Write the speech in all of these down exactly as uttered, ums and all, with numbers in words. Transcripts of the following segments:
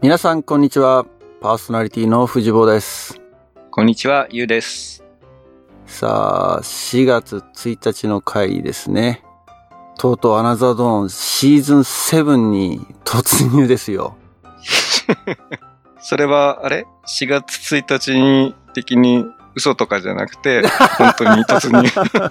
皆さんこんにちは。パーソナリティの藤坊です。 こんにちは、ゆうです。 さあ、しがつついたちの回ですね。とうとうアナザードーンシーズンセブンに突入ですよ。 それは、あれ ?しがつついたちに的に嘘とかじゃなくて、本当に突入。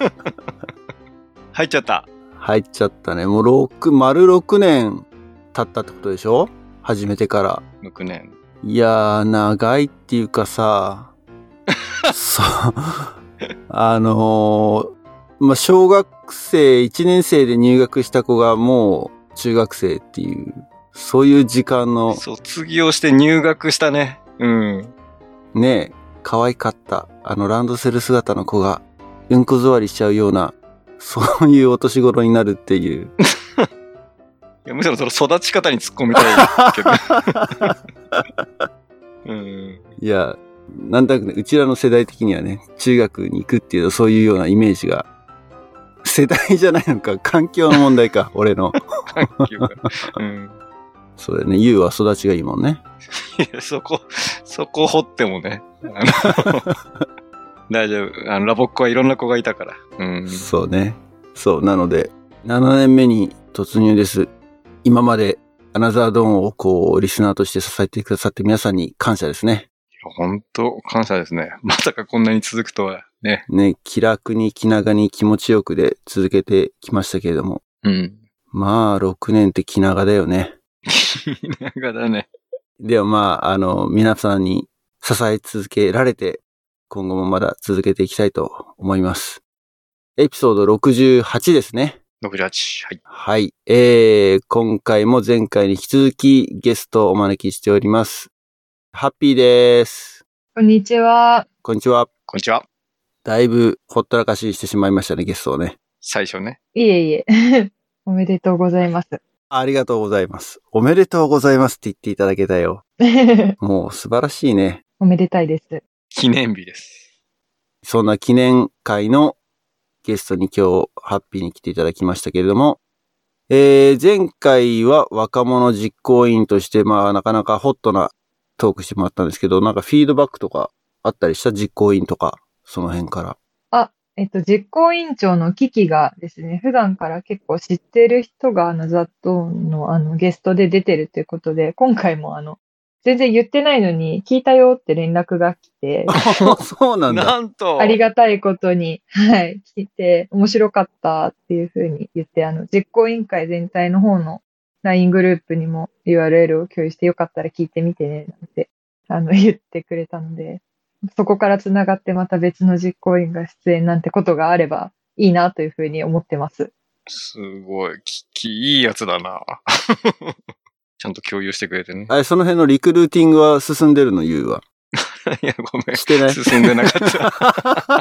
入っちゃった。 入っちゃったね。もうろく、丸ろくねん経ったってことでしょ？始めてから。 ろくねん。 いやー、長いっていうかさ、そう、あのー、まあ、小学生いちねん生で入学した子がもう中学生っていう、そういう時間の。 卒業して入学したね。うん。 ねえ、可愛かった。あのランドセル姿の子がうんこ座りしちゃうような、そういうお年頃になるっていう。 いやむしろその育ち方に突っ込みたいけど。うん、 いや、なんとなくね、うちらの世代的にはね、中学に行くっていうそういうようなイメージが、世代じゃないのか、環境の問題か、俺の。 環境が。うん。 そうだよね、ゆうは育ちがいいもんね。 いや、そこ、そこ掘ってもね。あの大丈夫。あの、ラボっ子はいろんな子がいたから。うん。 そうね。そう、なので、ななねんめに突入です。今までアナザードーンをこう、リスナーとして支えてくださって皆さんに感謝ですね。 本当感謝ですね。まさかこんなに続くとはね。 ね、気楽に気長に気持ちよくで続けてきましたけれども。 うん。 まあ、ろくねんって気長だよね。 気長だね。 ではまあ、あの、皆さんに支え続けられて、今後もまだ続けていきたいと思います。エピソードろくじゅうはちですね。 ろくじゅうはち。はい。 はい。えー、今回も前回に引き続きゲストをお招きしております。ハッピーです。 こんにちは。 こんにちは。 こんにちは。 だいぶほったらかししてしまいましたね、ゲストをね。 最初ね。 いえいえ。おめでとうございます。 ありがとうございます。おめでとうございますって言っていただけたよ。もう素晴らしいね。 おめでたいです。 記念日です。 そんな記念会のゲストに今日ハッピーに来ていただきましたけれども、えー、前回は若者実行委員として、まあなかなかホットなトークしてもらったんですけど、なんかフィードバックとかあったりした？実行委員とか、その辺から。 あ、えっと、実行委員長のキキがですね、普段から結構知ってる人があのザットーンのあのゲストで出てるということで、今回もあの、全然言ってないのに聞いたよって連絡が来て、 そうなんだ。 なんと。 ありがたいことに、はい、聞いて、面白かったっていうふうに言って、あの、実行委員会全体の方の ライン グループにも ユーアールエル を共有してよかったら聞いてみてね、なんて、あの、言ってくれたので、そこから繋がってまた別の実行委員が出演なんてことがあればいいなというふうに思ってます。 すごい。き、き、いいやつだな。ちゃんと共有してくれてね。 あれ、その辺のリクルーティングは進んでるの、ゆうは。 いや、ごめん。 してない。 進んでなかった。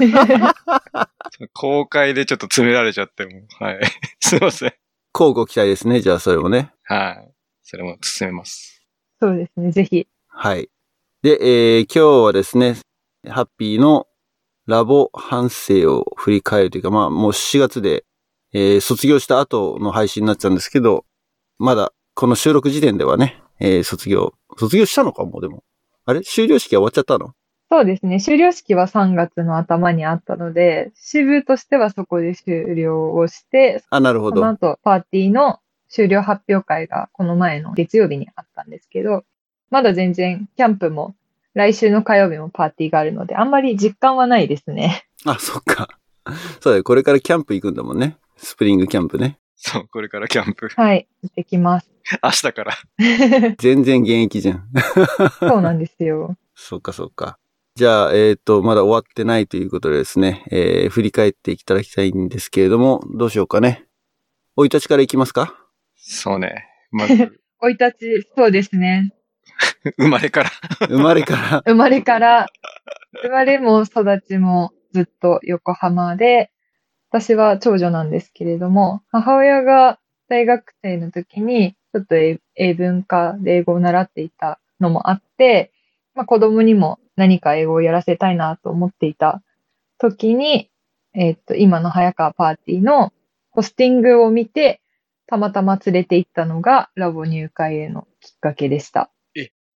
公開でちょっと詰められちゃっても。はい。すいません。 交互期待ですね、じゃあそれもね。 はい。それも進めます。 そうですね、ぜひ。 はい。で、えー、今日はですね、ハッピーのラボ反省を振り返るというか、まあもうしがつで、えー、卒業した後の配信になっちゃうんですけど、まだこの収録時点ではね、えー、卒業、卒業したのかもうでも。あれ修了式は終わっちゃったの？ そうですね、修了式はさんがつの頭にあったので、支部としてはそこで終了をして、 あ、なるほど。 その後パーティーの終了発表会がこの前の月曜日にあったんですけど、まだ全然キャンプも来週の火曜日もパーティーがあるので、あんまり実感はないですね。 あ、そっか。そうだよ、これからキャンプ行くんだもんね。スプリングキャンプね。 そう、これからキャンプ。 はい、行ってきます。 明日から。 全然現役じゃん。 そうなんですよ。 そっかそっか。じゃあ、えっと、まだ終わってないということでですね、えー、振り返っていただきたいんですけれども、どうしようかね。生い立ちからいきますか？ そうね。まず。 生い立ち、そうですね。 生まれから。 生まれから。 生まれから、生まれも育ちもずっと横浜で、私は長女なんですけれども、母親が大学生の時に、ちょっと英英文科で英語を習っていたのもあって、まあ、子供にも何か英語をやらせたいなと思っていた時に、えっと、今の早川パーティーのポスティングを見て、たまたま連れて行ったのがラボ入会へのきっかけでした。 え、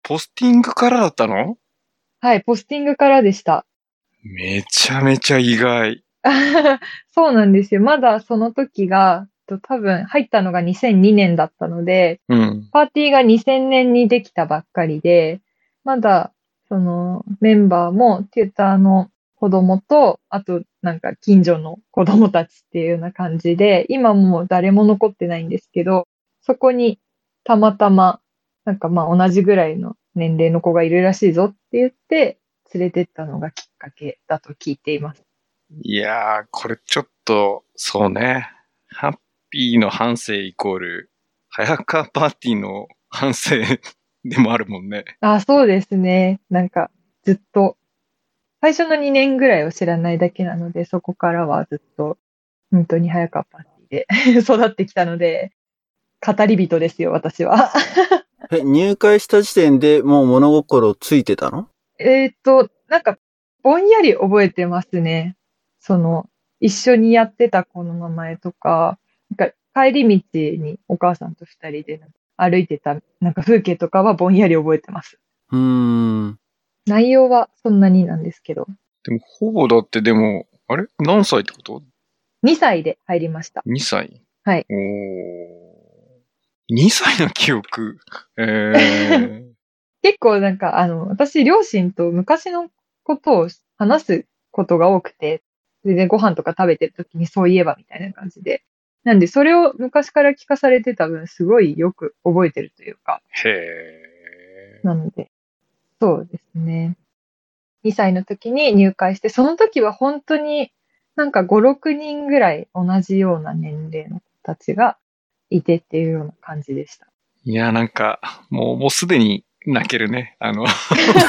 ポスティングからだったの？ はい、ポスティングからでした。 めちゃめちゃ意外。 そうなんですよ。まだその時が、と多分入ったのがにせんにねんだったので、 うん。 パーティーがにせんねんにできたばっかりで、まだ、その、メンバーも、テューターの子供と、あと、なんか、近所の子供たちっていうような感じで、今もう誰も残ってないんですけど、そこに、たまたま、なんかまあ同じぐらいの年齢の子がいるらしいぞって言って、連れてったのがきっかけだと聞いています。 いやー、これちょっと、そうね。ハッピーの反省イコール、早川パーティーの反省でもあるもんね。 あ、そうですね。なんか、ずっと、最初のにねんぐらいを知らないだけなので、そこからはずっと、本当に早川パーティーで育ってきたので、語り人ですよ、私は。 え、入会した時点でもう物心ついてたの？ えーっと、なんか、ぼんやり覚えてますね。その、一緒にやってた子の名前とか、なんか帰り道にお母さんと二人で歩いてた、なんか風景とかはぼんやり覚えてます。 うーん。 内容はそんなになんですけど。 でも、ほぼだってでも、あれ何歳ってこと？ にさいで入りました。 にさい。 はい。 おー。にさいの記憶。えー。 結構なんか、あの、私、両親と昔のことを話すことが多くて、全然ご飯とか食べてる時にそういえばみたいな感じで。なんで、それを昔から聞かされてた分、すごいよく覚えてるというか。 へー。 なので、そうですね。にさいの時に入会して、その時は本当になんかご、ろくにんぐらい同じような年齢の子たちがいてっていうような感じでした。 いや、なんか、もう、もうすでに泣けるね。あの、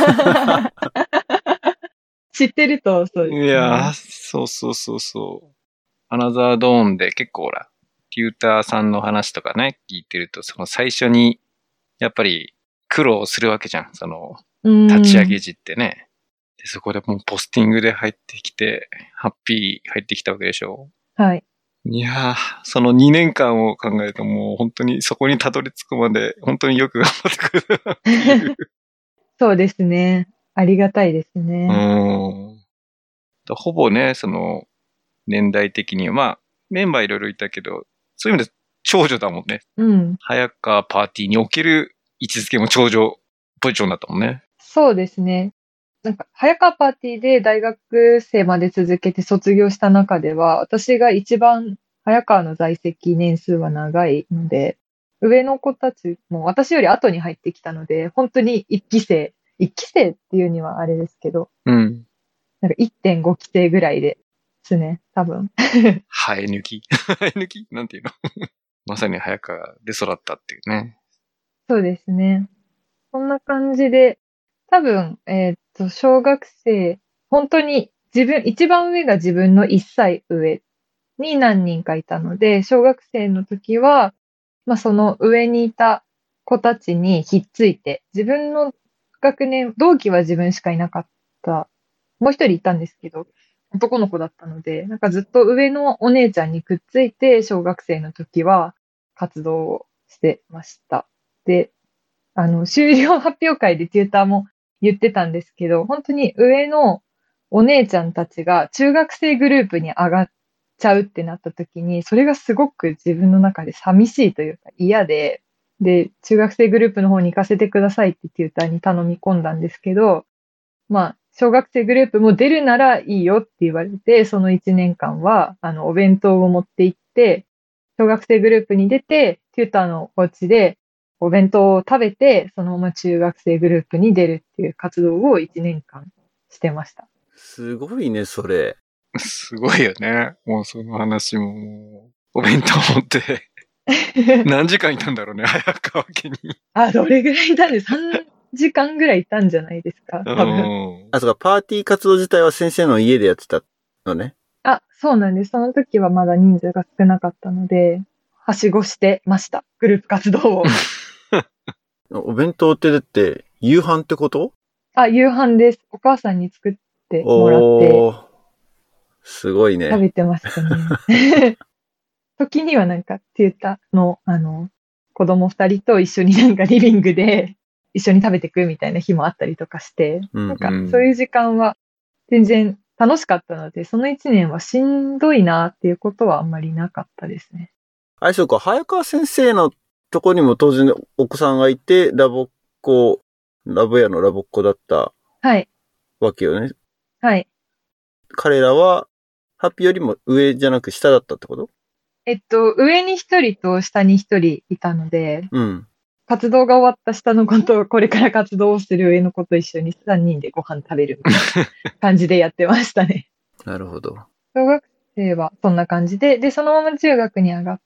知ってるとそうですね。 いやー、そうそうそうそう。アナザードーンで結構ほら、テューターさんの話とかね、聞いてると、その最初に、やっぱり苦労するわけじゃん。その、立ち上げ時ってね。でそこでもうポスティングで入ってきて、ハッピー入ってきたわけでしょ。 はい。 いやー、そのにねんかんを考えるともう本当にそこにたどり着くまで、本当によく頑張ってくれたなっていう。 そうですね。ありがたいですね。 うんほぼね、その、年代的には、まあ、メンバーいろいろいたけど、そういう意味で長女だもんね。 うん。 早川パーティーにおける位置づけも長女ポジションだったもんね。 そうですね。なんか、早川パーティーで大学生まで続けて卒業した中では、私が一番早川の在籍年数は長いので、上の子たちも私より後に入ってきたので、本当に一期生、一期生っていうにはあれですけど、 うん。 なんかいってんご期生ぐらいですね、多分。 生え抜き生え抜きなんていうのまさに早川で育ったっていうね。 そうですね。こんな感じで、多分、えーっと、小学生、本当に自分、一番上が自分のいっさい上に何人かいたので、小学生の時は、まあその上にいた子たちにひっついて、自分の学年、同期は自分しかいなかった。もう一人いたんですけど、男の子だったので、なんかずっと上のお姉ちゃんにくっついて、小学生の時は活動をしてました。で、あの、修了発表会でテューターも言ってたんですけど、本当に上のお姉ちゃんたちが中学生グループに上がっちゃうってなった時に、それがすごく自分の中で寂しいというか嫌で、で、中学生グループの方に行かせてくださいってテューターに頼み込んだんですけど、まあ、小学生グループも出るならいいよって言われて、そのいちねんかんは、あの、お弁当を持って行って、小学生グループに出て、テューターのお家でお弁当を食べて、そのまま中学生グループに出るっていう活動をいちねんかんしてました。 すごいね、それ。 すごいよね。もうその話ももう、お弁当持って、何時間いたんだろうね、早川家に。 あ、どれぐらいだね。さんじかんぐらいいたんじゃないですか、多分。 あ、そうか、パーティー活動自体は先生の家でやってたのね。 あ、そうなんです。その時はまだ人数が少なかったので、はしごしてました。グループ活動を。 お弁当ってだって、夕飯ってこと？ あ、夕飯です。お母さんに作ってもらっておー、すごいね。 食べてましたね。時にはなんか、テューターの、あの、子供二人と一緒になんかリビングで一緒に食べてくみたいな日もあったりとかして、 うんなんかそういう時間は全然楽しかったので、その一年はしんどいなっていうことはあんまりなかったですね。 あれそうか、早川先生のとこにも当然お子さんがいて、ラボっ子、ラボ屋のラボっ子だったはい。 わけよね。 はい。 彼らは、ハッピーよりも上じゃなく下だったってこと？ えっと、上に一人と下に一人いたので、 うん。 活動が終わった下の子と、これから活動をする上の子と一緒にさんにんでご飯食べるみたいな感じでやってましたね。 なるほど。 小学生はそんな感じで、で、そのまま中学に上がって、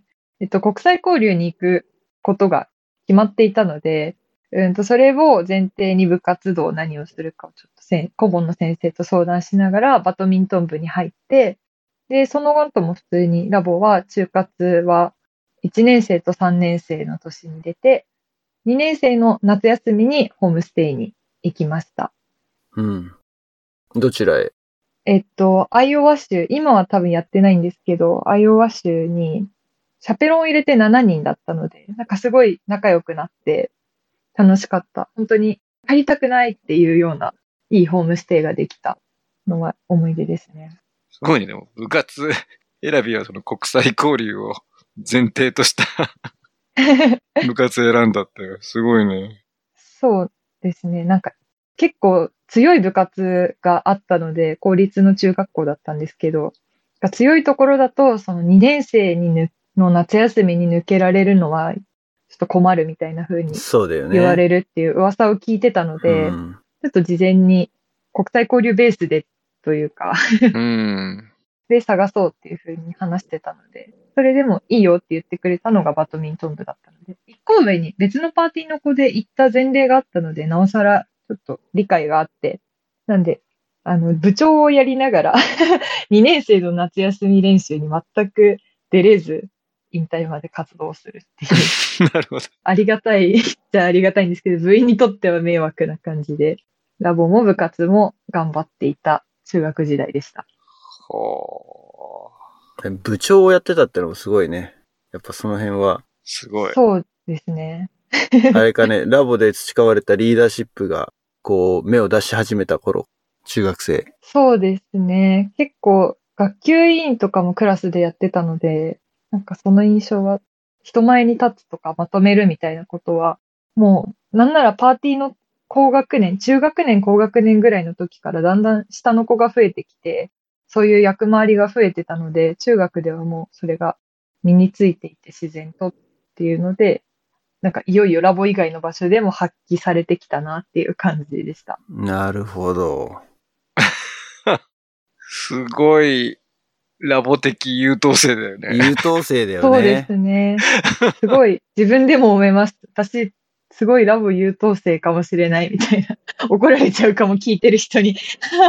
えっと、国際交流に行くことが決まっていたので、うんと、それを前提に部活動何をするかをちょっとせ顧問の先生と相談しながらバドミントン部に入って、で、その後も普通にラボは中活はいちねん生とさんねん生の年に出て、にねん生の夏休みにホームステイに行きました。 うん。どちらへ？ えっと、アイオワ州、今は多分やってないんですけど、アイオワ州にシャペロンを入れてしちにんだったので、なんかすごい仲良くなって楽しかった。本当に帰りたくないっていうようないいホームステイができたのが思い出ですね。 すごいね、でも部活選びはその国際交流を前提とした部活選んだってすごいね。 そうですね。なんか結構強い部活があったので、公立の中学校だったんですけど、強いところだと、そのにねん生にぬの夏休みに抜けられるのはちょっと困るみたいな風にそうだよね。 言われるっていう噂を聞いてたので、 うん、 ちょっと事前に国際交流ベースでというかうん、 で探そうっていう風に話してたので、それでもいいよって言ってくれたのがバドミントン部だったので、一個上に別のパーティーの子で行った前例があったので、なおさらちょっと理解があって、なんで、あの、部長をやりながらにねん生の夏休み練習に全く出れず、引退まで活動するっていう。 なるほど。 ありがたいじゃありがたいんですけど、部員にとっては迷惑な感じで、ラボも部活も頑張っていた中学時代でした。 ほー部長をやってたってのもすごいね。やっぱその辺は。 すごい。 そうですね。 あれかね、ラボで培われたリーダーシップが、こう、芽を出し始めた頃、中学生。 そうですね。結構、学級委員とかもクラスでやってたので、なんかその印象は、人前に立つとかまとめるみたいなことは、もう、なんならパーティーの高学年、中学年、高学年ぐらいの時からだんだん下の子が増えてきて、そういう役回りが増えてたので、中学ではもうそれが身についていて自然とっていうので、なんかいよいよラボ以外の場所でも発揮されてきたなっていう感じでした。 なるほど。 すごい、ラボ的優等生だよね。 優等生だよね。 そうですね。すごい、自分でも思います。私、すごいラボ優等生かもしれないみたいな。怒られちゃうかも、聞いてる人に。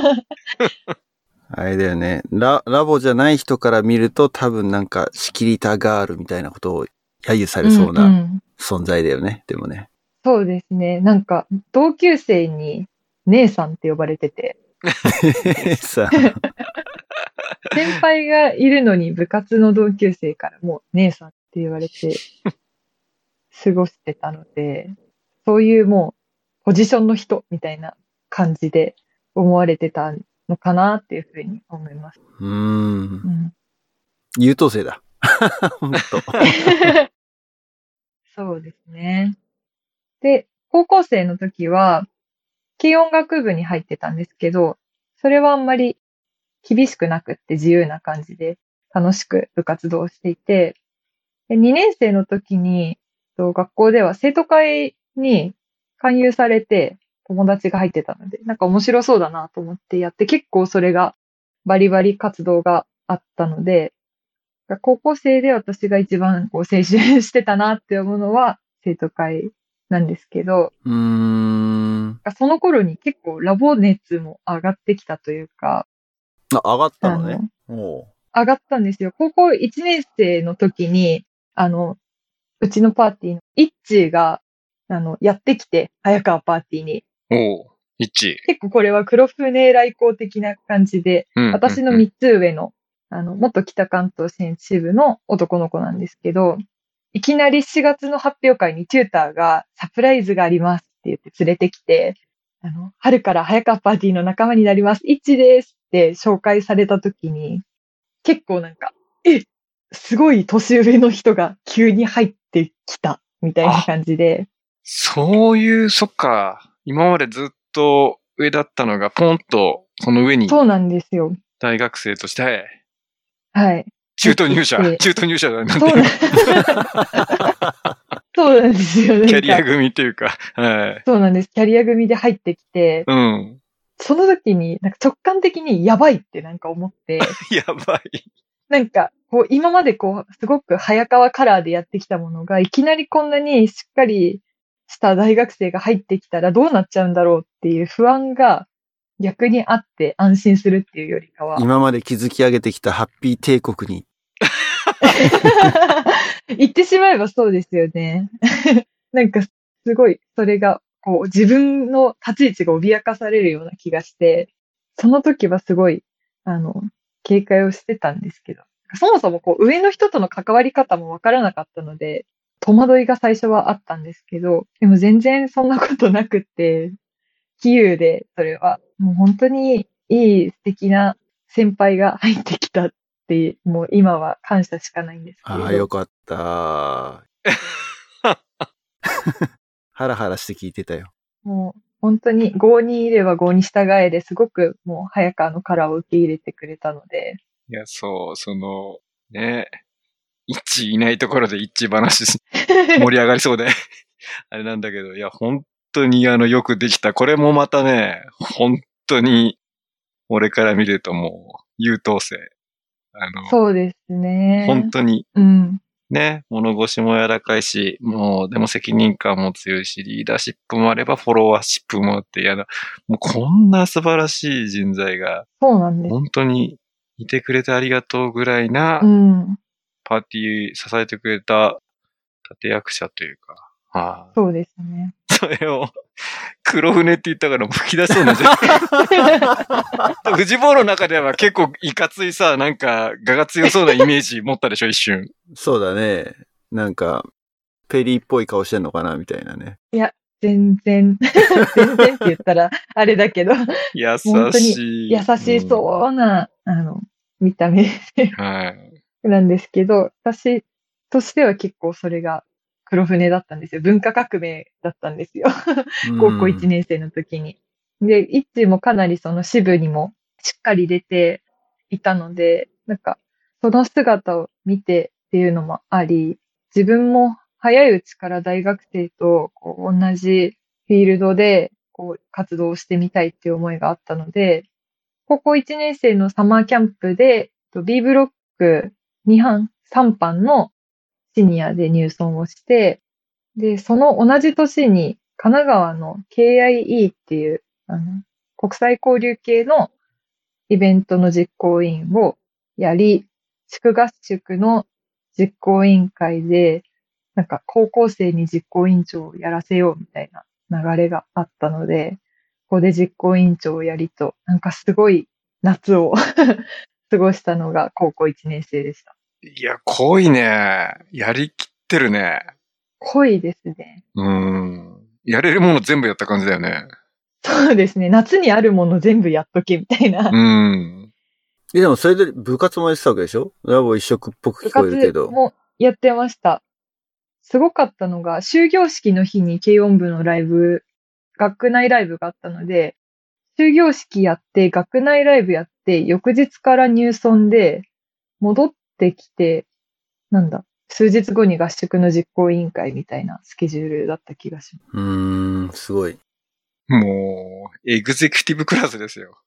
あれだよね。ラ、ラボじゃない人から見ると多分なんか仕切りたガールみたいなことを揶揄されそううんうなん存在だよね。でもね。 そうですね。なんか、同級生に姉さんって呼ばれてて。 さ先輩がいるのに部活の同級生からもう姉さんって言われて過ごしてたので、そういうもうポジションの人みたいな感じで思われてたのかなっていうふうに思います。 うーん。 うん、 優等生だ。本当。 そうですね。で、高校生の時は、軽音楽部に入ってたんですけど、それはあんまり厳しくなくって自由な感じで楽しく部活動をしていて、でにねん生の時に学校では生徒会に勧誘されて友達が入ってたので、なんか面白そうだなと思ってやって、結構それがバリバリ活動があったので、高校生で私が一番こう青春してたなって思うのは生徒会なんですけど、 うーん。 その頃に結構ラボ熱も上がってきたというか、 あ、上がったのね。おう上がったんですよ。高校いちねん生の時に、あの、うちのパーティーのイッチーが、あの、やってきて、早川パーティーに。 おう、一致。 結構これは黒船来航的な感じで、 うん、 私のみっつ上の、あの、元北関東選手部の男の子なんですけど、 いきなりしがつの発表会にテューターがサプライズがありますって言って連れてきて、あの、春から早川パーティーの仲間になります、イッチですって紹介された時に、結構なんか、え、すごい年上の人が急に入ってきたみたいな感じで。 そういう、そっか。今までずっと上だったのがポンとその上に。 そうなんですよ。 大学生として。 はい。 中途入社。中途入社だね。 そうなんそうなんですよね。 キャリア組っていうか。はい。 そうなんです。キャリア組で入ってきて。 うん。 その時に、なんか直感的にやばいってなんか思って。 やばい。 なんか、こう、今までこう、すごく早川カラーでやってきたものが、いきなりこんなにしっかりした大学生が入ってきたらどうなっちゃうんだろうっていう不安が逆にあって安心するっていうよりかは。 今まで築き上げてきたハッピー帝国に。 言ってしまえばそうですよね。なんか、すごい、それが、こう、自分の立ち位置が脅かされるような気がして、その時はすごい、あの、警戒をしてたんですけど、そもそもこう、上の人との関わり方もわからなかったので、戸惑いが最初はあったんですけど、でも全然そんなことなくって、キーウで、それは、もう本当にいい素敵な先輩が入ってきたって、もう今は感謝しかないんですけど。 ああ、よかった。ハラハラして聞いてたよ。 もう本当に郷にいれば郷に従えですごくもう早川のカラーを受け入れてくれたので。 いや、そう、その、ね、一致いないところで一致話盛り上がりそうで、あれなんだけど、いや、本当にあの、よくできた。これもまたね、本当に、俺から見るともう、優等生。あの、 そうですね。 本当に、 うん、 ね、物腰も柔らかいし、もう、でも責任感も強いし、リーダーシップもあれば、フォロワーシップもあって、いや、もうこんな素晴らしい人材が、 そうなんです。 本当にいてくれてありがとうぐらいな、 うん、 パーティー支えてくれた立役者というか、はあ、 そうですね。 それを、黒船って言ったから吹き出しそうなんじゃない藤坊の中では結構いかついさ、なんか、我が強そうなイメージ持ったでしょ、一瞬。 そうだね。なんか、ペリーっぽい顔してんのかなみたいなね。 いや、全然、全然って言ったらあれだけど、 優本当にしい。 優しそうな、うん、あの、見た目はい。 なんですけど、私としては結構それが黒船だったんですよ。文化革命だったんですよ。高校いちねん生の時に。で、イッチもかなりその支部にもしっかり出ていたので、なんか、その姿を見てっていうのもあり、自分も早いうちから大学生とこう同じフィールドでこう活動してみたいっていう思いがあったので、高校いちねん生のサマーキャンプで B ブロックに班、さん班のシニアで入村をして、で、その同じ年に神奈川の ケーアイイー っていうあの国際交流系のイベントの実行委員をやり、地区合宿の実行委員会で、なんか高校生に実行委員長をやらせようみたいな流れがあったので、ここで実行委員長をやりと、なんかすごい夏を過ごしたのが高校いちねん生でした。 いや、濃いね。やりきってるね。 濃いですね。 うん。やれるもの全部やった感じだよね。 そうですね。夏にあるもの全部やっとけみたいな。 うん。 え、でもそれで部活もやってたわけでしょ？ラボ一色っぽく聞こえるけど。 部活もやってました。すごかったのが、終業式の日に軽音部のライブ、学内ライブがあったので、終業式やって、学内ライブやって、翌日から入村で、戻ってきて、なんだ、数日後に合宿の実行委員会みたいなスケジュールだった気がします。 うーん、すごい。 もう、エグゼクティブクラスですよ。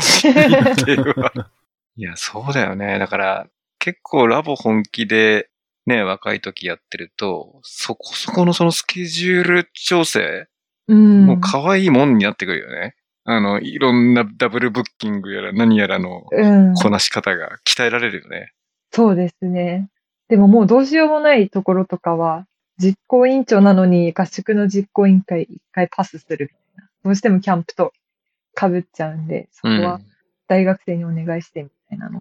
いや、そうだよね。だから、結構ラボ本気で、ね、若い時やってると、そこそこのそのスケジュール調整、 うん、 もう可愛いもんになってくるよね。あの、いろんなダブルブッキングやら何やらのこなし方が鍛えられるよね。うん、 そうですね。でももうどうしようもないところとかは、実行委員長なのに合宿の実行委員会一回パスするみたいな。どうしてもキャンプと被っちゃうんで、そこは大学生にお願いしてみたいなのを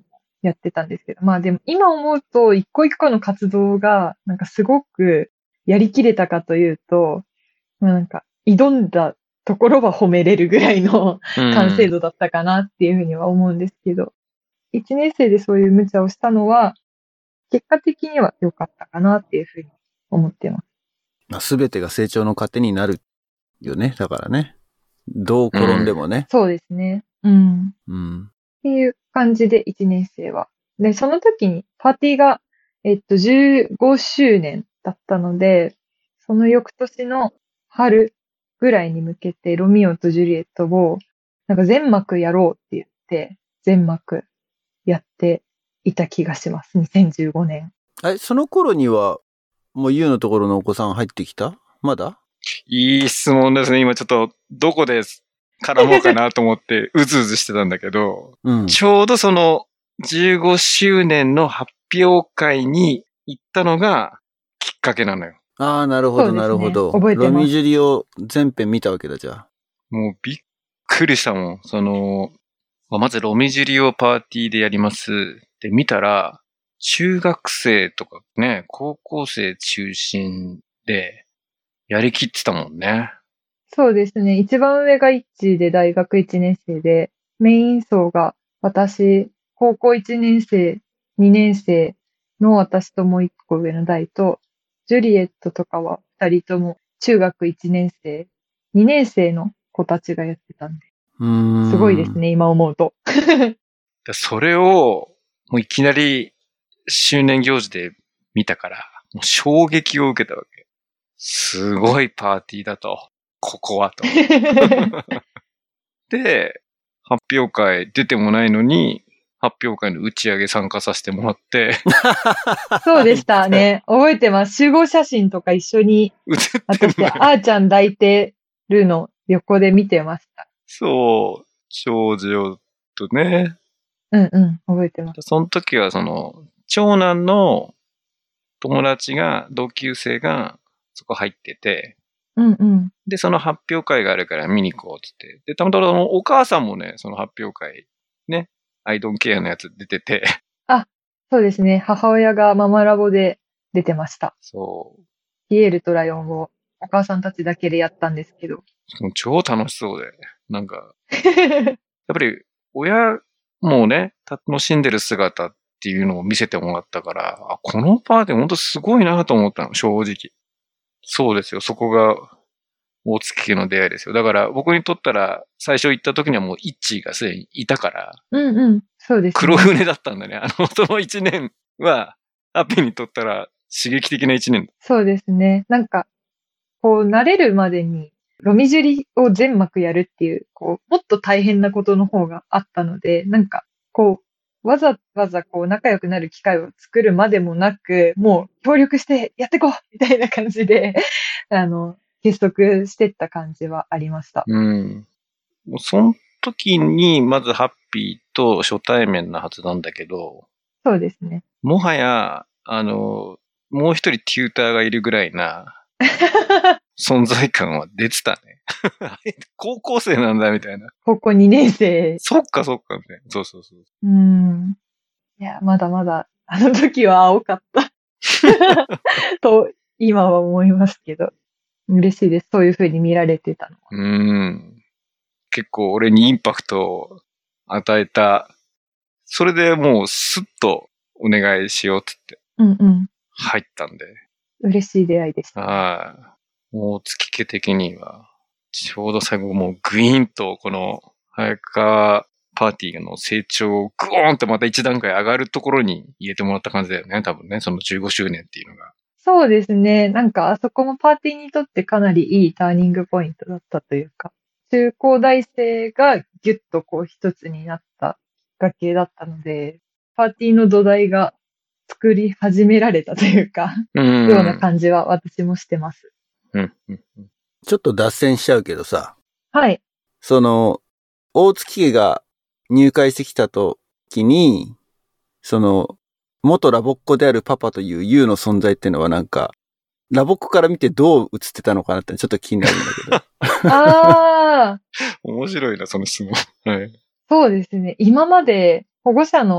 やってたんですけど、まあでも今思うと一個一個の活動がなんかすごくやりきれたかというと、まあなんか挑んだところは褒めれるぐらいの完成度だったかなっていうふうには思うんですけど、いちねん生でそういう無茶をしたのは結果的には良かったかなっていうふうに思ってます。 まあ、全てが成長の糧になるよね。だからね。どう転んでもね。 うん、そうですね。うん。 うん。 っていう感じでいちねん生は。で、その時にパーティーが、えっと、じゅうごしゅうねんだったので、その翌年の春ぐらいに向けてロミオとジュリエットを、なんか全幕やろうって言って、全幕やっていた気がします。にせんじゅうごねん。 え、その頃には、もうユウのところのお子さん入ってきた？まだ？ いい質問ですね。今ちょっと、どこで絡もうかなと思って、うずうずしてたんだけど、 うん、 ちょうどその、じゅうごしゅうねんの発表会に行ったのがきっかけなのよ。 ああ、なるほど、なるほど。 覚えてます。 ロミジュリを全編見たわけだ、じゃあ。 もうびっくりしたもん。その、まずロミジュリをパーティーでやります。で、見たら、中学生とかね、高校生中心で、やりきってたもんね。 そうですね。一番上がイッチーで大学いちねん生で、メイン層が私、高校いちねん生、にねん生の私ともう一個上の代と、ジュリエットとかは二人とも中学いちねん生、にねん生の子たちがやってたんで。 うーん。 すごいですね、今思うと。 それを、もういきなり周年行事で見たから、もう衝撃を受けたわけ。すごいパーティーだと。ここはと。で、発表会出てもないのに、発表会の打ち上げ参加させてもらって。 そうでしたね。覚えてます。集合写真とか一緒に、私、あーちゃん抱いてるの横で見てました。 そう、長女とね。 うんうん、覚えてます。 その時はその、長男の友達が、同級生がそこ入ってて、 うんうん。 で、その発表会があるから見に行こうって言って。で、たまたまお母さんもね、その発表会、ね、アイドンケアのやつ出てて。 あ、そうですね。母親がママラボで出てました。 そう。 ピエールとライオンをお母さんたちだけでやったんですけど。 超楽しそうで。なんか、やっぱり親もね、楽しんでる姿っていうのを見せてもらったから、あ、このパーティー本当すごいなと思ったの、正直。そうですよ。そこが大月家の出会いですよ。だから僕にとったら最初行った時にはもうイッチーがすでにいたから。 うんうん。そうですね。 黒船だったんだね。あの、その一年は、ハッピーにとったら刺激的な一年。 そうですね。なんか、こう、慣れるまでに、ロミジュリを全幕やるっていう、こう、もっと大変なことの方があったので、なんか、こう、わざわざこう、仲良くなる機会を作るまでもなく、もう、協力してやってこうみたいな感じで、あの、結束してった感じはありました。 うん。もうその時に、まずハッピーと初対面なはずなんだけど、 そうですね。 もはや、あの、もう一人テューターがいるぐらいな存在感は出てたね。高校生なんだみたいな。 高校にねん生。 そっかそっかみたいな。そうそうそう。 うん。いや、まだまだ、あの時は青かった。と、今は思いますけど。嬉しいです。そういう風に見られてたのは。 うん。結構俺にインパクトを与えた。それでもうスッとお願いしようって言って。 うんうん。 入ったんで。 嬉しい出会いでした。 はい。もう月家的には、ちょうど最後もうグイーンとこの早川パーティーの成長をグーンとまた一段階上がるところに入れてもらった感じだよね。多分ね。そのじゅうごしゅうねんっていうのが。 そうですね。なんかあそこもパーティーにとってかなりいいターニングポイントだったというか、中高大生がギュッとこう一つになったきっかけだったので、パーティーの土台が作り始められたというか、 うん。 ような感じは私もしてます。 うんうんうん、 ちょっと脱線しちゃうけどさ。 はい。 その、大月家が入会してきた時に、その、元ラボっ子であるパパというユウの存在っていうのはなんか、ラボっ子から見てどう映ってたのかなってちょっと気になるんだけど。 ああ。 面白いな、その質問。はい。 そうですね。今まで保護者の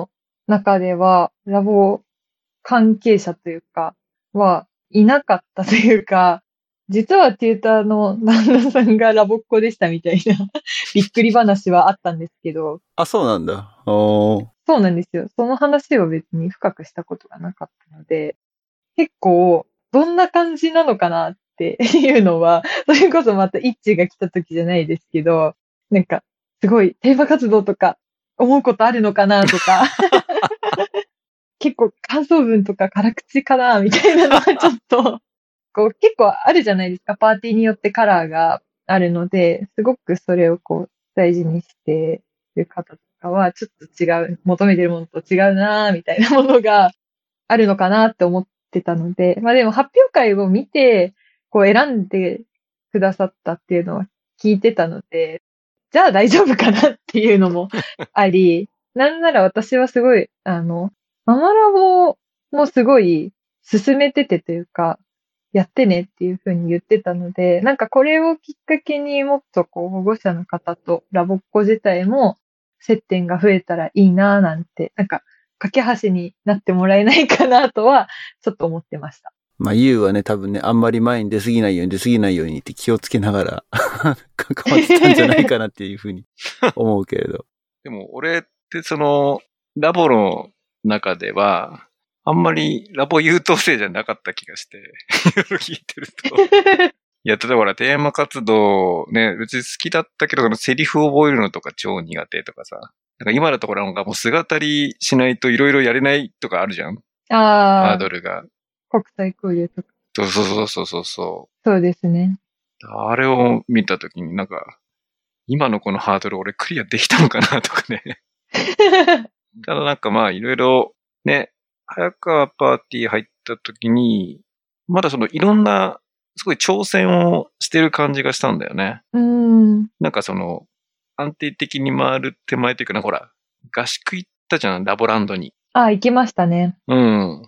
中では、ラボ関係者というか、はいなかったというか、実はテューターの旦那さんがラボっ子でしたみたいなびっくり話はあったんですけど、 あ、そうなんだ。おー。 そうなんですよ。その話を別に深くしたことがなかったので、結構、どんな感じなのかなっていうのは、それこそまたイッチが来た時じゃないですけど、なんか、すごいテーマ活動とか思うことあるのかなとか、結構感想文とか辛口かなみたいなのはちょっと、こう結構あるじゃないですか。パーティーによってカラーがあるので、すごくそれをこう大事にしている方とかは、ちょっと違う、求めてるものと違うなみたいなものがあるのかなって思ってたので、まあでも発表会を見て、こう選んでくださったっていうのは聞いてたので、じゃあ大丈夫かなっていうのもあり、なんなら私はすごい、あの、ママラボもすごい進めててというか、やってねっていうふうに言ってたので、なんかこれをきっかけにもっとこう保護者の方とラボっ子自体も接点が増えたらいいなぁなんて、なんか架け橋になってもらえないかなとはちょっと思ってました。 まあ、ユウはね、多分ね、あんまり前に出過ぎないように出過ぎないようにって気をつけながら関わってたんじゃないかなっていうふうに思うけれど。 でも俺ってその、ラボの中では、あんまりラボ優等生じゃなかった気がして、いろいろ聞いてると。いや、例えばほら、テーマ活動ね、別に好きだったけど、そのセリフを覚えるのとか超苦手とかさ。なんか今だところなんかもう姿りしないといろいろやれないとかあるじゃん。ハーああ、 ドルが。 国際交流とか。 そうそうそうそうそうそそうですね。 う。あれを見たときになんか、今のこのハードル俺クリアできたのかなとかね。ただなんかまあいろいろね、早川パーティー入ったときに、まだそのいろんなすごい挑戦をしてる感じがしたんだよね。 うーん。 なんかその安定的に回る手前というかな、ほら、合宿行ったじゃん、ラボランドに。 ああ、行きましたね。 うん。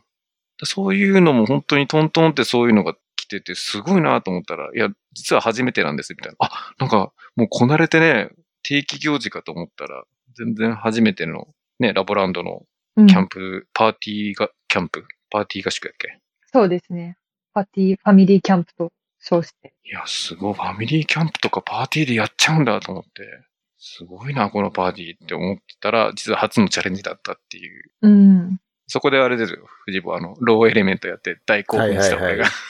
そういうのも本当にトントンってそういうのが来ててすごいなと思ったら、いや、実は初めてなんですみたいな。あ、なんかもうこなれてね、定期行事かと思ったら、全然初めてのね、ラボランドのうん。 キャンプ、パーティーが、キャンプ、パーティー合宿やっけ。 そうですね。パーティー、ファミリーキャンプと称して。 いや、すごい。ファミリーキャンプとかパーティーでやっちゃうんだと思って、すごいな、このパーティーって思ってたら、実は初のチャレンジだったっていう。 うん。 そこであれですよ、藤子、あの、ローエレメントやって大興奮した俺が。 はいはいはい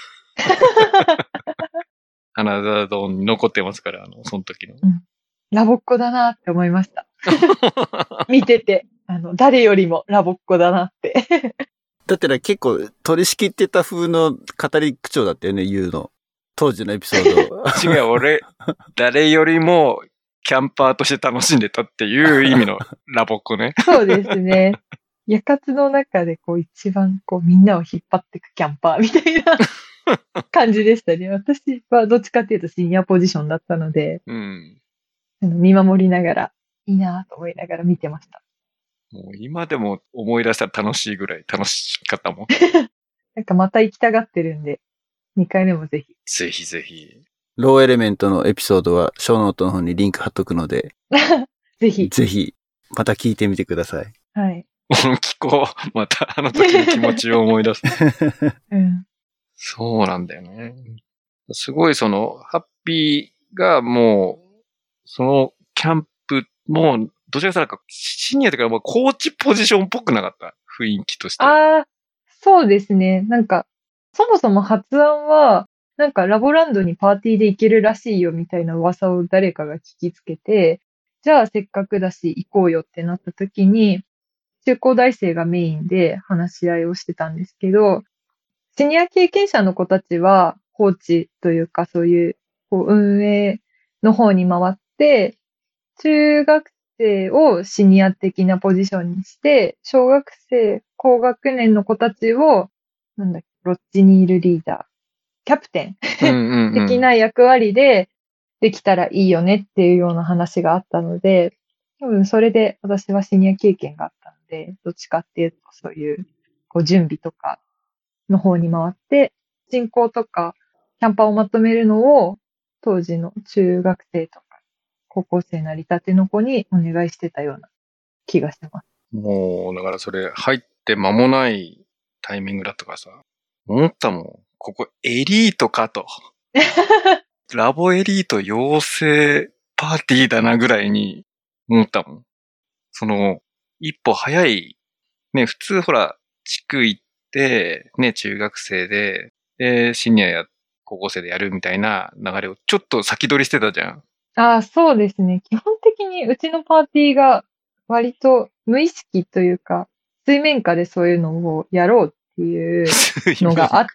アナザードーンに残ってますから、あの、その時の。 ラボっ子だなって思いました。見てて、あの、誰よりもラボっ子だなって。 だってね、結構取り仕切ってた風の語り口調だったよね、ユウの。当時のエピソード。 違う、俺、誰よりもキャンパーとして楽しんでたっていう意味のラボっ子ね。 そうですね。夜活の中でこう一番こうみんなを引っ張っていくキャンパーみたいな感じでしたね。私はどっちかっていうとシニアポジションだったので、 うん。 あの見守りながら、いいなと思いながら見てました。 もう今でも思い出したら楽しいぐらい楽しかったもん。 なんかまた行きたがってるんで、にかいめもぜひ。 ぜひぜひ。 ローエレメントのエピソードは、ショーノートの方にリンク貼っとくので、 ぜひ。 ぜひ、また聞いてみてください。 はい。 聞こう。またあの時の気持ちを思い出す。 うん。 そうなんだよね。すごいその、ハッピーがもう、そのキャンプも、どちらかというとシニアというか、もうコーチポジションっぽくなかった雰囲気として。 ああ、そうですね。なんか、そもそも発案は、なんかラボランドにパーティーで行けるらしいよみたいな噂を誰かが聞きつけて、じゃあせっかくだし行こうよってなった時に、中高大生がメインで話し合いをしてたんですけど、シニア経験者の子たちは、コーチというかそういう、こう運営の方に回って、中学生をシニア的なポジションにして、小学生、高学年の子たちを、なんだっけ、ロッジにいるリーダー、キャプテうんうんうん、 ン的な役割でできたらいいよねっていうような話があったので、多分それで私はシニア経験があったので、どっちかっていうとそういうこう準備とかの方に回って、進行とかキャンパーをまとめるのを当時の中学生とか高校生なりたての子にお願いしてたような気がしてます。 もう、だからそれ入って間もないタイミングだったからさ、思ったもん。ここエリートかと。ラボエリート養成パーティーだなぐらいに思ったもん。その、一歩早い、ね、普通ほら、地区行って、ね、中学生で、で、シニアや、高校生でやるみたいな流れをちょっと先取りしてたじゃん。 ああ、そうですね。基本的にうちのパーティーが割と無意識というか、水面下でそういうのをやろうっていうのがあって、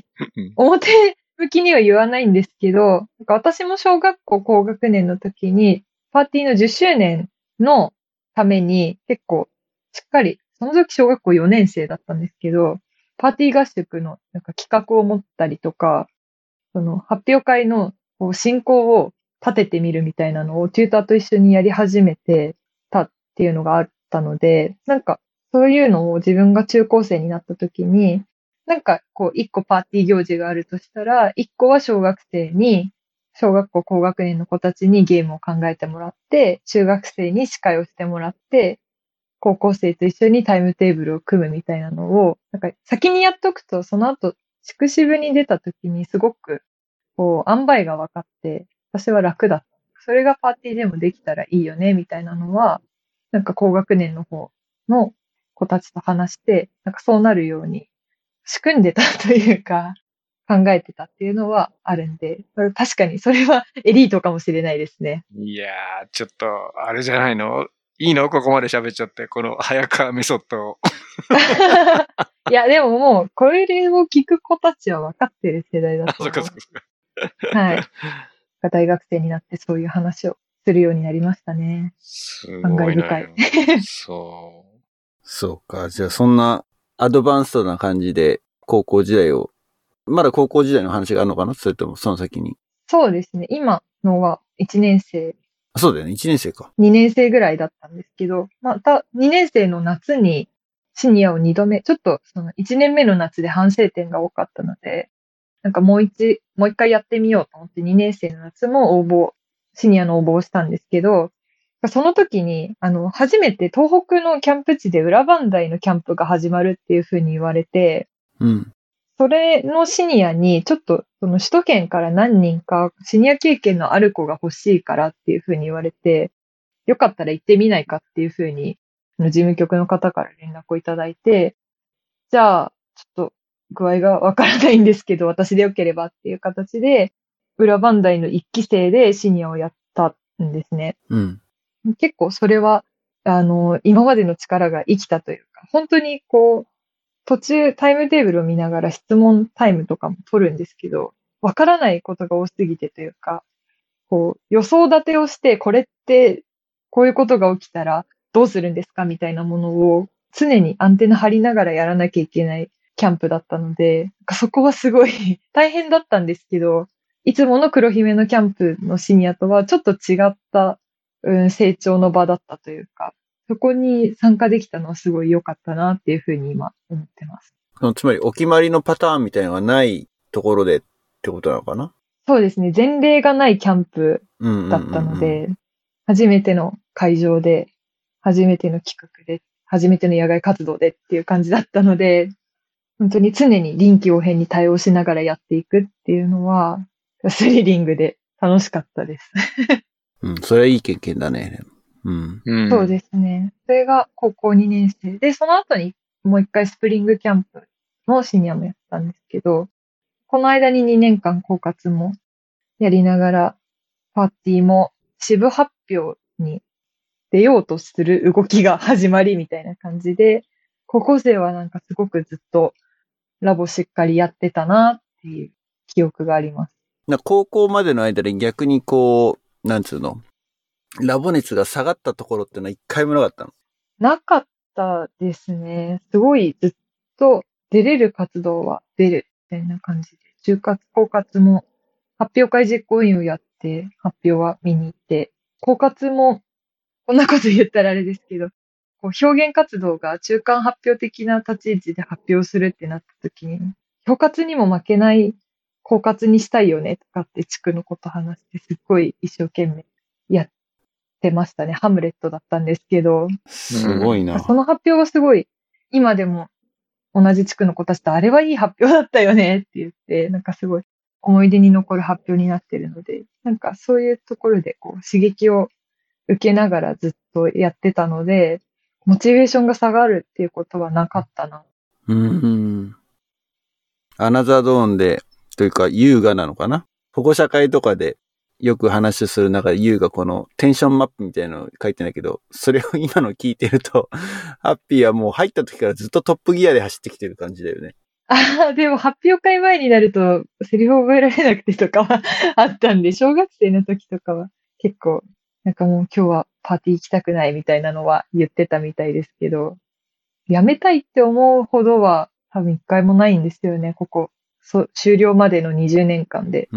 表向きには言わないんですけど、なんか私も小学校高学年の時に、パーティーのじゅっしゅうねんのために結構しっかり、その時小学校よねん生だったんですけど、パーティー合宿のなんか企画を持ったりとか、その発表会のこう進行を立ててみるみたいなのをテューターと一緒にやり始めてたっていうのがあったので、なんかそういうのを自分が中高生になった時に、なんかこう一個パーティー行事があるとしたら、一個は小学生に、小学校高学年の子たちにゲームを考えてもらって、中学生に司会をしてもらって、高校生と一緒にタイムテーブルを組むみたいなのを、なんか先にやっとくと、その後、地区支部に出た時にすごく、こう、塩梅が分かって、私は楽だった。それがパーティーでもできたらいいよね、みたいなのは、なんか高学年の方の子たちと話して、なんかそうなるように仕組んでたというか、考えてたっていうのはあるんで、確かにそれはエリートかもしれないですね。 いやー、ちょっと、あれじゃないの？いいの？ここまで喋っちゃって、この早川メソッドを。 いや、でももう、これを聞く子たちは分かってる世代だと思う。 そっかそっか。 はい。大学生になってそういう話をするようになりましたね。 すごいなよ。そう。 そうか。じゃあそんなアドバンストな感じで高校時代を、まだ高校時代の話があるのかな？それともその先に。 そうですね。今のはいちねん生。 そうだよね。いちねん生か。 にねん生ぐらいだったんですけど、またにねん生の夏にシニアをにどめ、ちょっとそのいちねんめの夏で反省点が多かったので、なんかもう一、もう一回やってみようと思ってにねん生の夏も応募、シニアの応募をしたんですけど、その時に、あの、初めて東北のキャンプ地で裏磐梯のキャンプが始まるっていう風に言われて、 うん。 それのシニアに、ちょっと、その首都圏から何人かシニア経験のある子が欲しいからっていう風に言われて、よかったら行ってみないかっていう風に、事務局の方から連絡をいただいて、じゃあ、ちょっと具合がわからないんですけど、私でよければっていう形で、裏磐梯の一期生でシニアをやったんですね。 うん。 結構それは、あの、今までの力が生きたというか、本当にこう、途中タイムテーブルを見ながら質問タイムとかも取るんですけど、わからないことが多すぎてというか、こう、予想立てをして、これってこういうことが起きたらどうするんですかみたいなものを常にアンテナ張りながらやらなきゃいけないキャンプだったので、そこはすごい大変だったんですけど、いつもの黒姫のキャンプのシニアとはちょっと違った、うん、成長の場だったというか、そこに参加できたのはすごい良かったなっていうふうに今思ってます。 つまりお決まりのパターンみたいなのがないところでってことなのかな？ そうですね。前例がないキャンプだったので、うんうんうんうん、初めての会場で、初めての企画で、初めての野外活動でっていう感じだったので、本当に常に臨機応変に対応しながらやっていくっていうのは、スリリングで楽しかったです。 うん、それはいい経験だね。うん。 そうですね。それが高校にねん生で、その後にもう一回スプリングキャンプのシニアもやったんですけど、この間ににねんかん校活もやりながら、パーティーも支部発表に出ようとする動きが始まりみたいな感じで、高校生はなんかすごくずっとラボしっかりやってたなっていう記憶があります。 高校までの間で逆にこう、なんつうの、ラボ熱が下がったところってのは一回もなかったの？ なかったですね。すごいずっと出れる活動は出るみたいな感じで、就活、校活も発表会実行委員をやって発表は見に行って、校活もこんなこと言ったらあれですけど、こう表現活動が中間発表的な立ち位置で発表するってなった時に、表活にも負けない校活にしたいよねとかって地区のこと話してすっごい一生懸命やってましたね。ハムレットだったんですけど、 すごいな。 その発表はすごい、今でも同じ地区の子たちとあれはいい発表だったよねって言って、なんかすごい思い出に残る発表になってるので、なんかそういうところでこう刺激を受けながらずっとやってたので、モチベーションが下がるっていうことはなかったな。 うん。アナザードーンで、というか優雅なのかな、保護者会とかでよく話する中で優がこのテンションマップみたいなのを書いてんだけど、それを今の聞いてると、ハッピーはもう入った時からずっとトップギアで走ってきてる感じだよね。 ああ、でも発表会前になるとセリフ覚えられなくてとかはあったんで、小学生の時とかは結構、なんかもう今日はパーティー行きたくないみたいなのは言ってたみたいですけど、やめたいって思うほどは多分一回もないんですよね、ここ。そう、終了までのにじゅうねんかんで。 うん。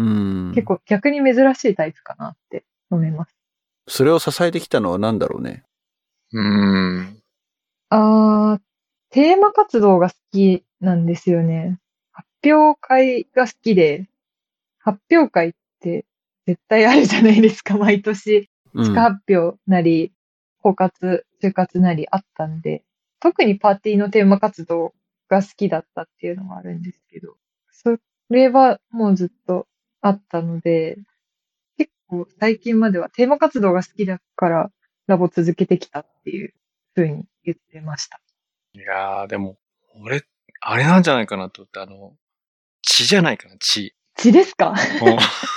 結構逆に珍しいタイプかなって思います。 それを支えてきたのは何だろうね。 うーん。 あー、テーマ活動が好きなんですよね。発表会が好きで、発表会って絶対あるじゃないですか、毎年。 うん。 地下発表なり、包括、就活なりあったんで、特にパーティーのテーマ活動が好きだったっていうのもあるんですけど、それはもうずっとあったので、結構最近まではテーマ活動が好きだからラボ続けてきたっていう風に言ってました。 いやー、でも、俺、あれなんじゃないかなと思って、あの、血じゃないかな、血。 血ですか？ うん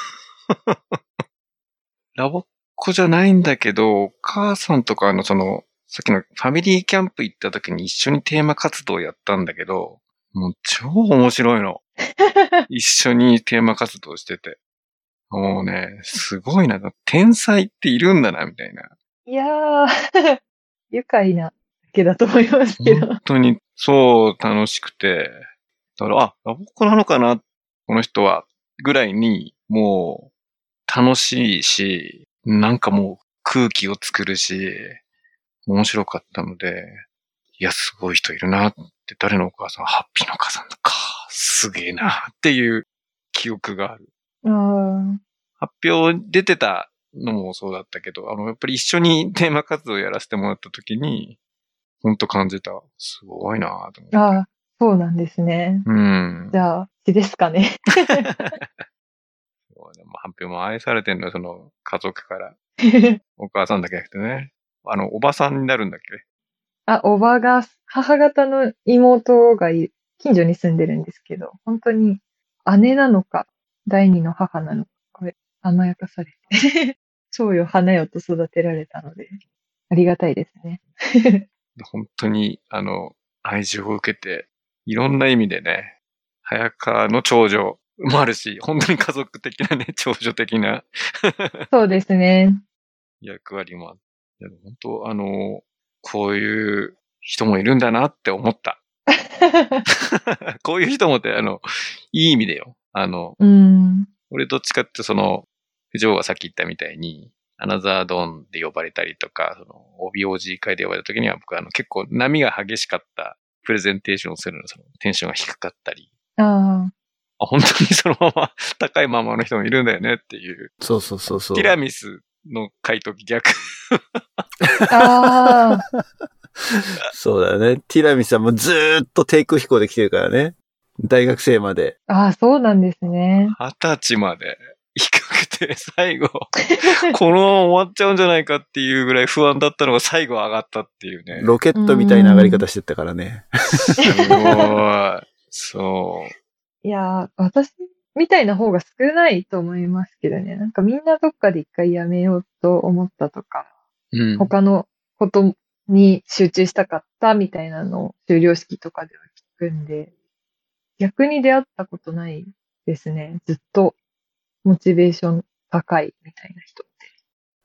ラボっ子じゃないんだけど、お母さんとかのその、さっきのファミリーキャンプ行った時に一緒にテーマ活動やったんだけど、もう超面白いの。一緒にテーマ活動してて。もうね、すごいな。天才っているんだな、みたいな。 いやー、愉快なだけだと思いますけど。 本当に、そう楽しくて。だから、あ、ラボっ子なのかな、この人は。ぐらいに、もう、楽しいし、なんかもう空気を作るし、面白かったので、いや、すごい人いるなって、誰のお母さん、ハッピーのお母さんか、すげえなっていう記憶がある。 あー、 発表出てたのもそうだったけど、あの、やっぱり一緒にテーマ活動やらせてもらった時に、ほんと感じた。すごいなぁと思って。 あー、そうなんですね。 うん。 じゃあ、血ですかね。 そうでも発表も愛されてんのよ、その家族から。お母さんだけじゃなくてね。あの、おばさんになるんだっけ？ あ、おばが、母方の妹がい近所に住んでるんですけど、本当に姉なのか、第二の母なのか、これ、甘やかされて、蝶よ花よと育てられたので、ありがたいですね。 本当に、あの、愛情を受けて、いろんな意味でね、早川の長女もあるし、本当に家族的なね、長女的なそうですね。 役割もあって、でも本当、あの、こういう人もいるんだなって思った。こういう人もって、あの、いい意味でよ。あの、 うん。 俺どっちかってその、藤尾がさっき言ったみたいに、アナザードーンで呼ばれたりとか、その、オービーオージー 会で呼ばれた時には僕はあの結構波が激しかったプレゼンテーションをするの、そのテンションが低かったり、 ああ、本当にそのまま高いままの人もいるんだよねっていう。 そうそうそうそう。 ティラミスの回と逆。 あ。ああ。 そうだよね。ティラミスはもうずーっと低空飛行で来てるからね。大学生まで。 ああ、そうなんですね。 二十歳まで低くて最後、このまま終わっちゃうんじゃないかっていうぐらい不安だったのが最後上がったっていうね。 ロケットみたいな上がり方してったからね。 すごい。そう。 いやー、私みたいな方が少ないと思いますけどね。なんかみんなどっかで一回やめようと思ったとか、 うん。 他のことに集中したかったみたいなのを修了式とかでは聞くんで、逆に出会ったことないですね。ずっとモチベーション高いみたいな人って。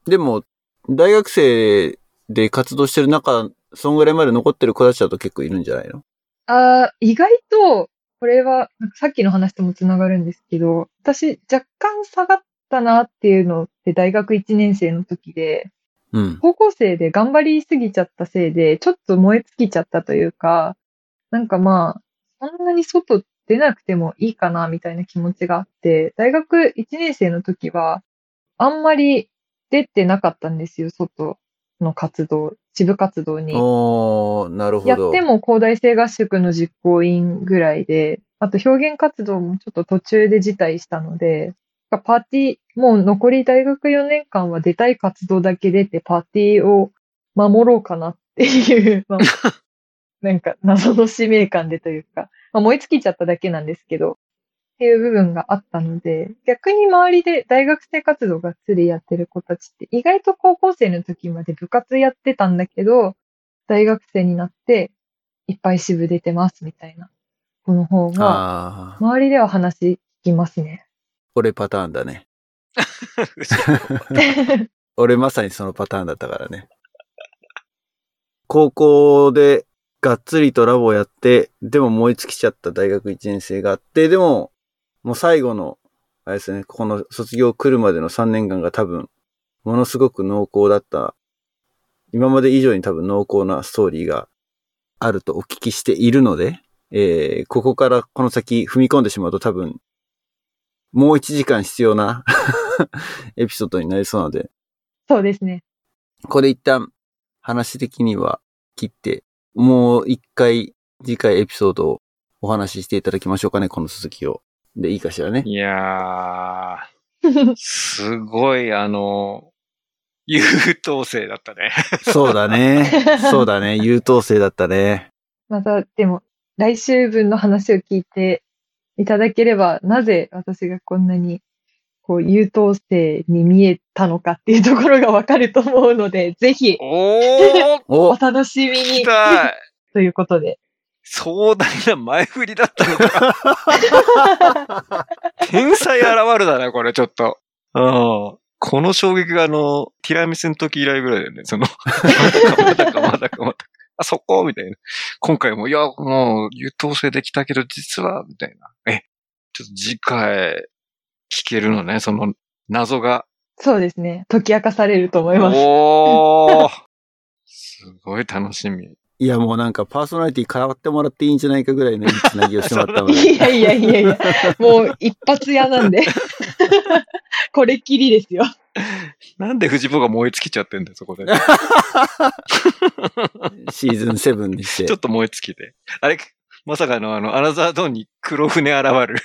でも、大学生で活動してる中、そんぐらいまで残ってる子たちだと結構いるんじゃないの？ ああ、意外と、これは、なんかさっきの話ともつながるんですけど、私若干下がったなっていうのって大学いちねん生の時で、 うん。 高校生で頑張りすぎちゃったせいで、ちょっと燃え尽きちゃったというか、なんかまあ、そんなに外出なくてもいいかなみたいな気持ちがあって、大学いちねん生の時は、あんまり出てなかったんですよ、外の活動、支部活動に。 おー、なるほど。 やっても広大生合宿の実行委員ぐらいで、あと表現活動もちょっと途中で辞退したので、パーティー、もう残り大学よねんかんは出たい活動だけ出てパーティーを守ろうかなっていう、まあ、なんか謎の使命感でというか、まあ、燃え尽きちゃっただけなんですけど、っていう部分があったので、逆に周りで大学生活動がっつりやってる子たちって意外と高校生の時まで部活やってたんだけど、大学生になっていっぱい支部出てますみたいな子の方が、周りでは話聞きますね。 俺パターンだね。俺まさにそのパターンだったからね。高校でがっつりとラボやって、でも燃え尽きちゃった大学いちねん生があって、でも、もう最後の、あれですね、この卒業来るまでのさんねんかんが多分、ものすごく濃厚だった、今まで以上に多分濃厚なストーリーがあるとお聞きしているので、えー、ここからこの先踏み込んでしまうと多分、もういちじかん必要なエピソードになりそうなので。 そうですね。 これ一旦話的には切って、もう一回次回エピソードをお話ししていただきましょうかね、この続きを。で、いいかしらね。 いやー、すごい、あの、優等生だったね。 そうだね。そうだね。優等生だったね。 また、でも、来週分の話を聞いていただければ、なぜ私がこんなに、こう、優等生に見えたのかっていうところがわかると思うので、ぜひ、 おお楽しみに。ということで。 壮大な前振りだったのか。天才現るだね、これちょっと。うん。この衝撃があの、ティラミスの時以来ぐらいだよね。その、まだかまだかまだかまだか。あ、そこみたいな。今回も、いや、もう、優等生できたけど、実は、みたいな。え、ちょっと次回、聞けるのね、その、謎が。 そうですね。解き明かされると思います。 おーすごい楽しみ。 いや、もうなんかパーソナリティ変わってもらっていいんじゃないかぐらいのいいつなぎをしてもらったので。 いやいやいやいや、もう一発屋なんで。これっきりですよ。 なんで藤坊が燃え尽きちゃってんだよ、そこで。 シーズンセブンにして。 ちょっと燃え尽きて。あれ、まさかのあの、アナザードーンに黒船現る。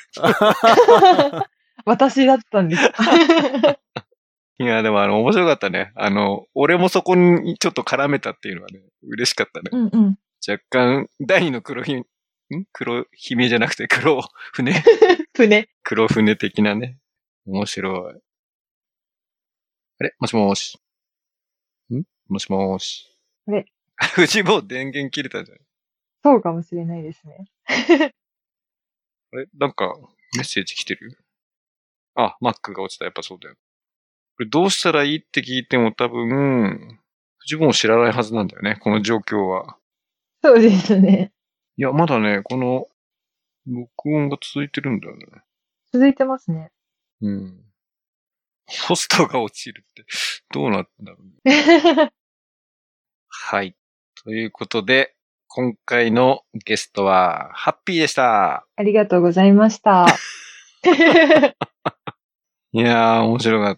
私だったんです。 いや、でもあの、面白かったね。あの、俺もそこにちょっと絡めたっていうのはね、嬉しかったね。 うんうん、 若干、第二の黒ひ、ん黒姫じゃなくて黒船船。 黒船的なね。面白い。あれもしもーし。んもしもーし。 あれ藤坊電源切れたじゃん。 そうかもしれないですね。 あれなんか、メッセージ来てる？あ、Mac が落ちた。やっぱそうだよ。これどうしたらいいって聞いても多分、藤坊も知らないはずなんだよね。この状況は。 そうですね。 いや、まだね、この、録音が続いてるんだよね。 続いてますね。 うん。ホストが落ちるって、どうなったんだろうね。はい。ということで、今回のゲストは、ハッピーでした。 ありがとうございました。 いやー、面白かった。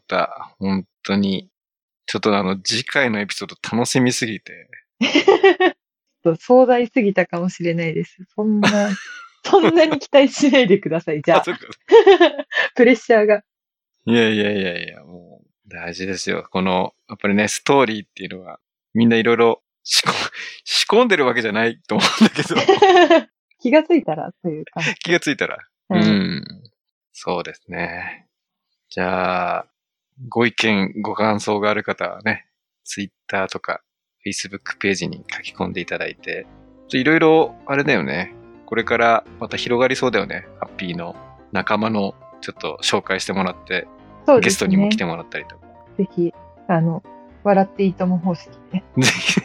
本当に。ちょっとあの、次回のエピソード楽しみすぎて。 壮大すぎたかもしれないです。そんな、そんなに期待しないでください、じゃあ。あプレッシャーが。 いやいやいやいや、もう、大事ですよ。この、やっぱりね、ストーリーっていうのは、みんないろいろ仕込、仕込んでるわけじゃないと思うんだけど。 気がついたらというか。 気がついたら。うん。うん、そうですね。じゃあ、ご意見、ご感想がある方はね、Twitter とか Facebook ページに書き込んでいただいて、いろいろ、あれだよね。これからまた広がりそうだよね。ハッピーの仲間のちょっと紹介してもらって、 そうですね、 ゲストにも来てもらったりとか。 ぜひ、あの、笑っていいとも方式で。 ぜひ、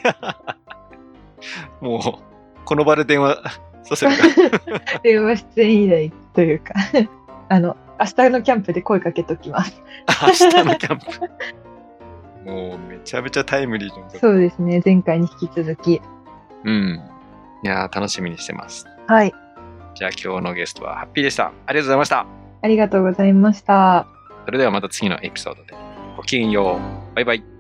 もう、この場で電話させるか。 電話出演以来というか、あの、明日のキャンプで声かけときます。 明日のキャンプ。もうめちゃめちゃタイムリーじゃん。 そうですね。前回に引き続き。 うん。いやー、楽しみにしてます。 はい。 じゃあ今日のゲストはハッピーでした。ありがとうございました。 ありがとうございました。 それではまた次のエピソードでごききげんよう。バイバイ。